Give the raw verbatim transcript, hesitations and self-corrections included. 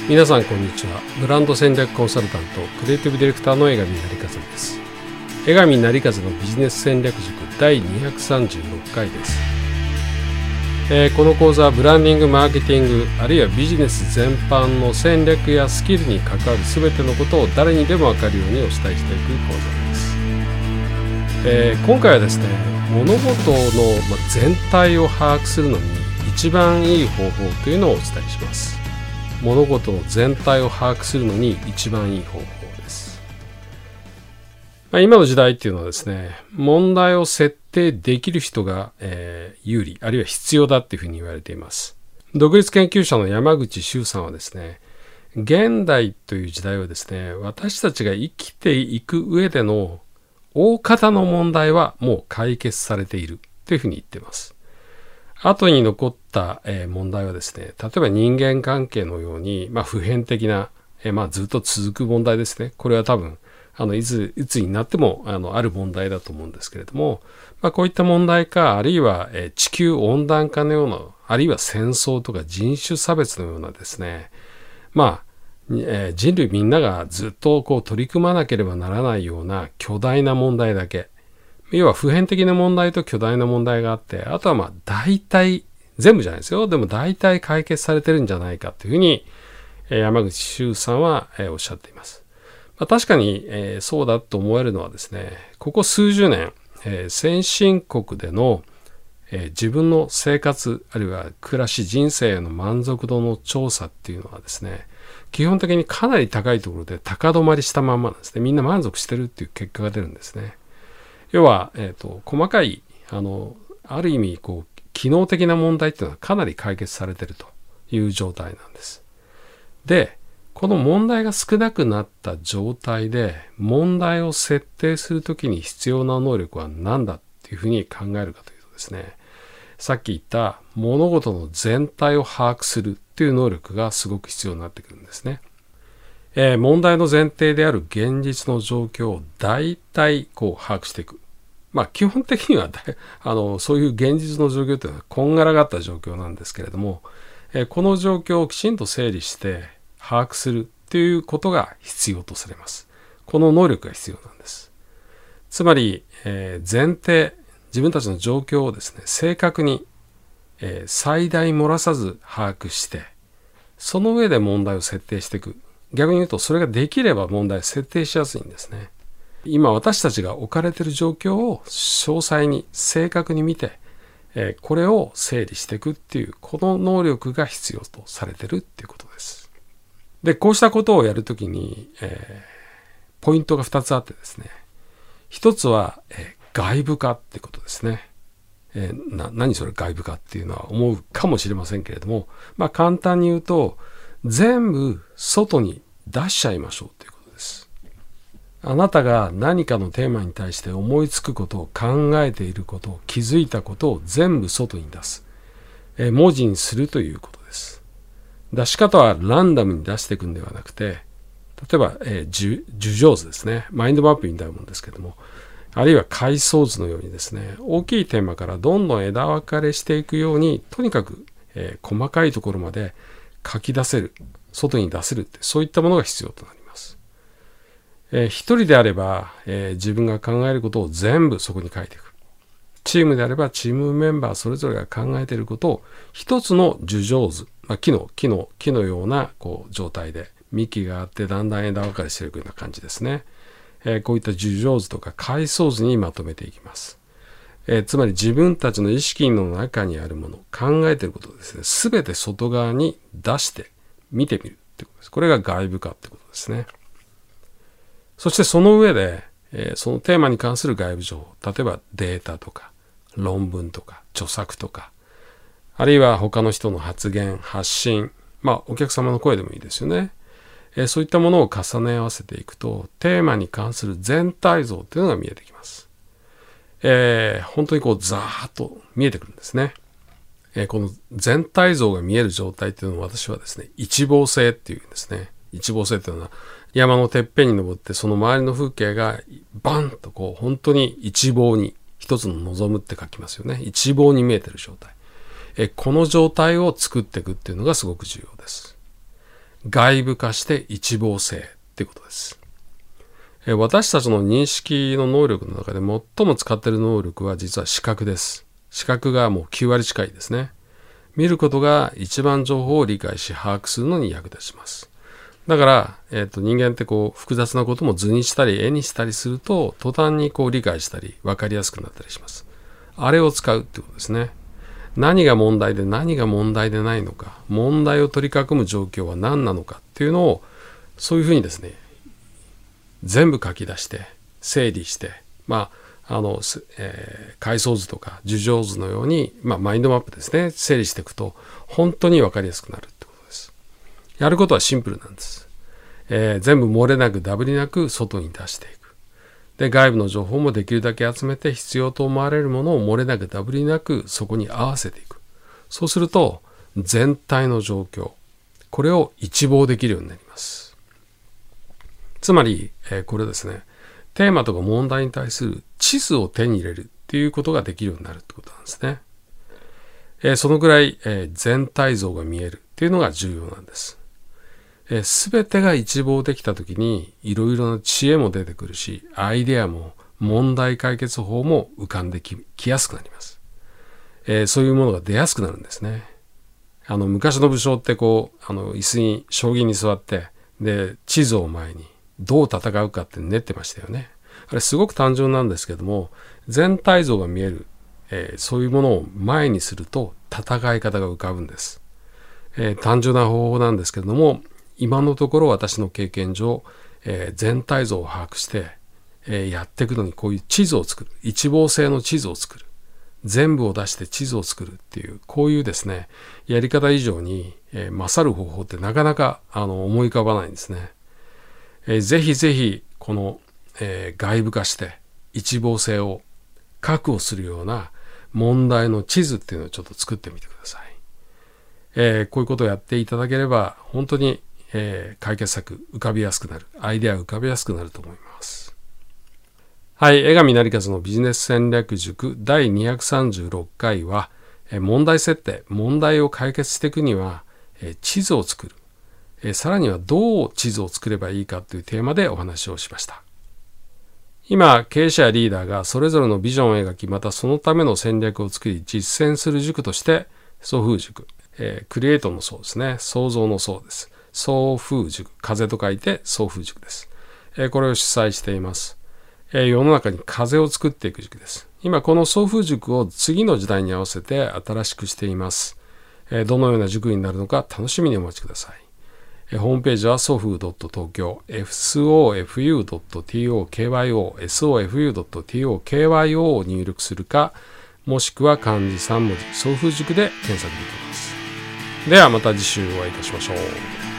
皆さんこんにちは。ブランド戦略コンサルタント、クリエイティブディレクターの江上成和です。江上成和のビジネス戦略塾だいにひゃくさんじゅうろっかいです。えー、この講座はブランディング、マーケティング、あるいはビジネス全般の戦略やスキルに関わる全てのことを誰にでも分かるようにお伝えしていく講座です。えー、今回はですね、物事の全体を把握するのに一番いい方法というのをお伝えします。物事の全体を把握するのに一番いい方法です。まあ、今の時代っていうのはですね、問題を設定できる人が、えー、有利、あるいは必要だっていうふうに言われています。独立研究者の山口周さんはですね、現代という時代はですね、私たちが生きていく上での大方の問題はもう解決されているというふうに言っています。後に残った問題はですね、例えば人間関係のように、まあ、普遍的な、まあ、ずっと続く問題ですね。これは多分、あのいつ、いつになっても あの、ある問題だと思うんですけれども、まあ、こういった問題か、あるいは地球温暖化のような、あるいは戦争とか人種差別のようなですね、まあ、人類みんながずっとこう取り組まなければならないような巨大な問題だけ、要は普遍的な問題と巨大な問題があって、あとはまあ大体、全部じゃないですよ。でも大体解決されてるんじゃないかというふうに山口周さんはおっしゃっています。まあ、確かにそうだと思えるのはですね、ここ数十年、先進国での自分の生活、あるいは暮らし、人生への満足度の調査っていうのはですね、基本的にかなり高いところで高止まりしたまんまなんですね。みんな満足してるっていう結果が出るんですね。要は、えーと、細かい、あの、ある意味、こう、機能的な問題っていうのはかなり解決されているという状態なんです。で、この問題が少なくなった状態で、問題を設定するときに必要な能力は何だっていうふうに考えるかというとですね、さっき言った物事の全体を把握するっていう能力がすごく必要になってくるんですね。えー、問題の前提である現実の状況を大体こう把握していく。まあ基本的にはあのそういう現実の状況というのはこんがらがった状況なんですけれども、えー、この状況をきちんと整理して把握するということが必要とされます。この能力が必要なんです。つまり、えー、前提、自分たちの状況をですね、正確に、えー、最大漏らさず把握して、その上で問題を設定していく。逆に言うと、それができれば問題を設定しやすいんですね。今私たちが置かれている状況を詳細に正確に見て、えー、これを整理していくっていう、この能力が必要とされているっていうことです。で、こうしたことをやるときに、えー、ポイントがふたつあってですね。一つは、えー、外部化ってことですね。えー、な、何それ外部化っていうのは思うかもしれませんけれども、まあ簡単に言うと、全部外に出しちゃいましょうということです。あなたが何かのテーマに対して思いつくことを考えていることを気づいたことを全部外に出す。え文字にするということです。出し方はランダムに出していくんではなくて、例えば、えー、樹状図ですね。マインドマップみたいなものですけども、あるいは階層図のようにですね、大きいテーマからどんどん枝分かれしていくように、とにかく、えー、細かいところまで書き出せる、外に出せるって、そういったものが必要となります。えー、一人であれば、えー、自分が考えることを全部そこに書いていく。チームであれば、チームメンバーそれぞれが考えていることを一つの樹状図、まあ、木の木の木のようなこう状態で幹があってだんだん枝分かれしていくような感じですね。えー、こういった樹状図とか階層図にまとめていきます。えー、つまり自分たちの意識の中にあるもの、考えていることをですね、すべて外側に出して見てみるってことです。これが外部化ってことですね。そしてその上で、えー、そのテーマに関する外部情報、例えばデータとか論文とか著作とか、あるいは他の人の発言、発信、まあお客様の声でもいいですよね。えー、そういったものを重ね合わせていくと、テーマに関する全体像というのが見えてきます。えー、本当にこうザーッと見えてくるんですね。えー、この全体像が見える状態っていうのを私はですね、一望性っていうんですね。一望性っていうのは山のてっぺんに登ってその周りの風景がバンとこう本当に一望に一つの望むって書きますよね。一望に見えてる状態。えー、この状態を作っていくっていうのがすごく重要です。 外部化して一望性っていうことです。私たちの認識の能力の中で最も使っている能力は実は視覚です。視覚がもうきゅうわり近いですね。見ることが一番情報を理解し把握するのに役立ちます。だから、えーと、人間ってこう複雑なことも図にしたり絵にしたりすると途端にこう理解したり分かりやすくなったりします。あれを使うってことですね。何が問題で何が問題でないのか、問題を取り囲む状況は何なのかっていうのをそういうふうにですね、全部書き出して整理して、まああの、えー、階層図とか樹状図のように、まあ、マインドマップですね、整理していくと本当に分かりやすくなるってことです。やることはシンプルなんです。えー、全部漏れなくダブりなく外に出していく。で、外部の情報もできるだけ集めて必要と思われるものを漏れなくダブりなくそこに合わせていく。そうすると全体の状況、これを一望できるようになります。つまり、えー、これですね、テーマとか問題に対する地図を手に入れるっていうことができるようになるってことなんですね。えー、そのくらい、えー、全体像が見えるっていうのが重要なんです。すべてが一望できたときにいろいろな知恵も出てくるし、アイデアも問題解決法も浮かんで き, きやすくなります、えー。そういうものが出やすくなるんですね。あの昔の武将ってこうあの椅子に将棋に座ってで地図を前にどう戦うかって練ってましたよね。あれすごく単純なんですけども、全体像が見える、えー、そういうものを前にすると戦い方が浮かぶんです、えー、単純な方法なんですけれども、今のところ私の経験上、えー、全体像を把握して、えー、やっていくのにこういう地図を作る、一望性の地図を作る、全部を出して地図を作るっていうこういうですねやり方以上に、えー、勝る方法ってなかなかあの思い浮かばないんですね。えー、ぜひぜひこの、えー、外部化して一望性を確保するような問題の地図っていうのをちょっと作ってみてください。えー、こういうことをやっていただければ本当にえー、解決策浮かびやすくなる、アイデア浮かびやすくなると思います。はい、江上成和のビジネス戦略塾だいにひゃくさんじゅうろっかいは、えー、問題設定、問題を解決していくには、えー、地図を作る、えー、さらにはどう地図を作ればいいかというテーマでお話をしました。今、経営者やリーダーがそれぞれのビジョンを描き、またそのための戦略を作り実践する塾として創風塾、えー、クリエイトの層ですね、創造の層です。創風塾、風と書いて創風塾です。えー、これを主催しています、えー。世の中に風を作っていく塾です。今この創風塾を次の時代に合わせて新しくしています。えー、どのような塾になるのか楽しみにお待ちください。えー、ホームページは ソフー .tokyo、エスオーエフユー ドット トクヨ、エスオーエフユー ドット トクヨ を入力するか、もしくは漢字さんもじ、創風塾で検索できます。ではまた次週お会いいたしましょう。